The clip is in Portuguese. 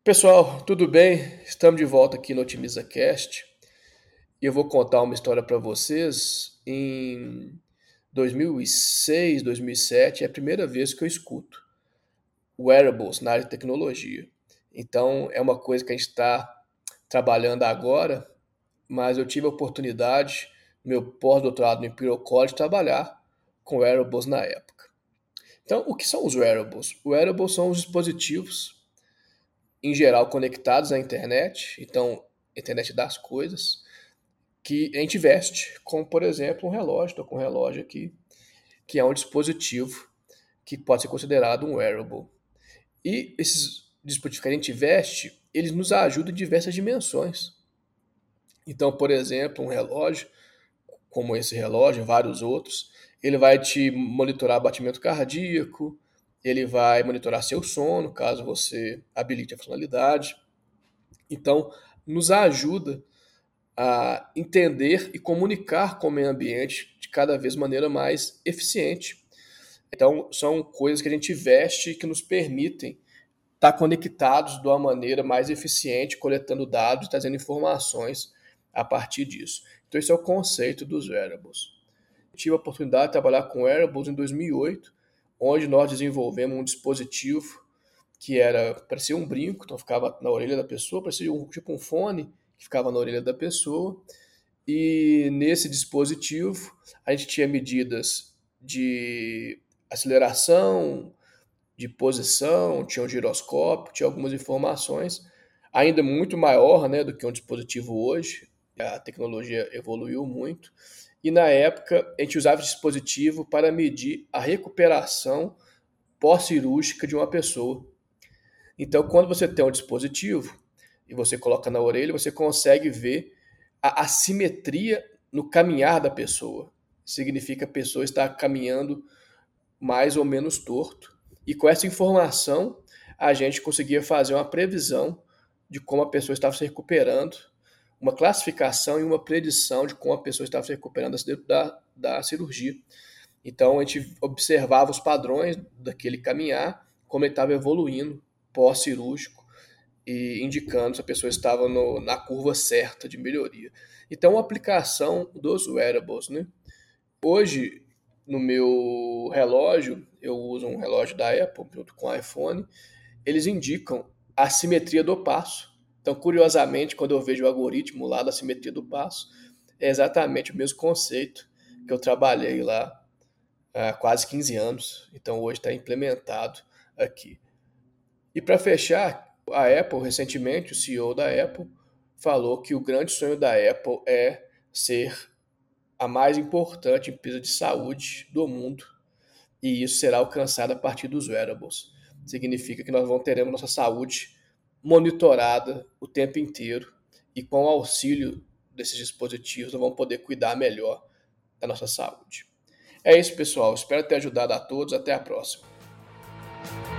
Pessoal, tudo bem? Estamos de volta aqui no OtimizaCast e eu vou contar uma história para vocês. Em 2006, 2007 é a primeira vez que eu escuto wearables na área de tecnologia. Então é uma coisa que a gente está trabalhando agora, mas eu tive a oportunidade, no meu pós-doutorado no Imperial College, de trabalhar com wearables na época. Então, o que são os wearables? Wearables são os dispositivos em geral conectados à internet, então, internet das coisas, que a gente veste, como por exemplo um relógio, estou com um relógio aqui, que é um dispositivo que pode ser considerado um wearable. E esses dispositivos que a gente veste, eles nos ajudam em diversas dimensões. Então, por exemplo, um relógio, como esse relógio, vários outros, ele vai te monitorar batimento cardíaco, ele vai monitorar seu sono, caso você habilite a funcionalidade. Então, nos ajuda a entender e comunicar com o meio ambiente de cada vez maneira mais eficiente. Então, são coisas que a gente veste que nos permitem estar conectados de uma maneira mais eficiente, coletando dados e trazendo informações a partir disso. Então, esse é o conceito dos wearables. Tive a oportunidade de trabalhar com wearables em 2008, onde nós desenvolvemos um dispositivo que parecia um brinco, então ficava na orelha da pessoa, parecia tipo um fone que ficava na orelha da pessoa. E nesse dispositivo a gente tinha medidas de aceleração, de posição, tinha um giroscópio, tinha algumas informações, ainda muito maior, né, do que um dispositivo hoje. A tecnologia evoluiu muito. E na época a gente usava esse dispositivo para medir a recuperação pós-cirúrgica de uma pessoa. Então, quando você tem um dispositivo e você coloca na orelha, você consegue ver a assimetria no caminhar da pessoa. Significa que a pessoa está caminhando mais ou menos torto. E com essa informação, a gente conseguia fazer uma previsão de como a pessoa estava se recuperando, uma classificação e uma predição de como a pessoa estava se recuperando da cirurgia. Então, a gente observava os padrões daquele caminhar, como ele estava evoluindo pós-cirúrgico e indicando se a pessoa estava na curva certa de melhoria. Então, a aplicação dos wearables, né? Hoje, no meu relógio, eu uso um relógio da Apple junto com o iPhone, eles indicam a simetria do passo. Então, curiosamente, quando eu vejo o algoritmo lá da simetria do passo, é exatamente o mesmo conceito que eu trabalhei lá há quase 15 anos. Então, hoje está implementado aqui. E para fechar, a Apple, recentemente, o CEO da Apple, falou que o grande sonho da Apple é ser a mais importante empresa de saúde do mundo. E isso será alcançado a partir dos wearables. Significa que nós teremos nossa saúde monitorada o tempo inteiro e com o auxílio desses dispositivos nós vamos poder cuidar melhor da nossa saúde. É isso, pessoal. Espero ter ajudado a todos. Até a próxima.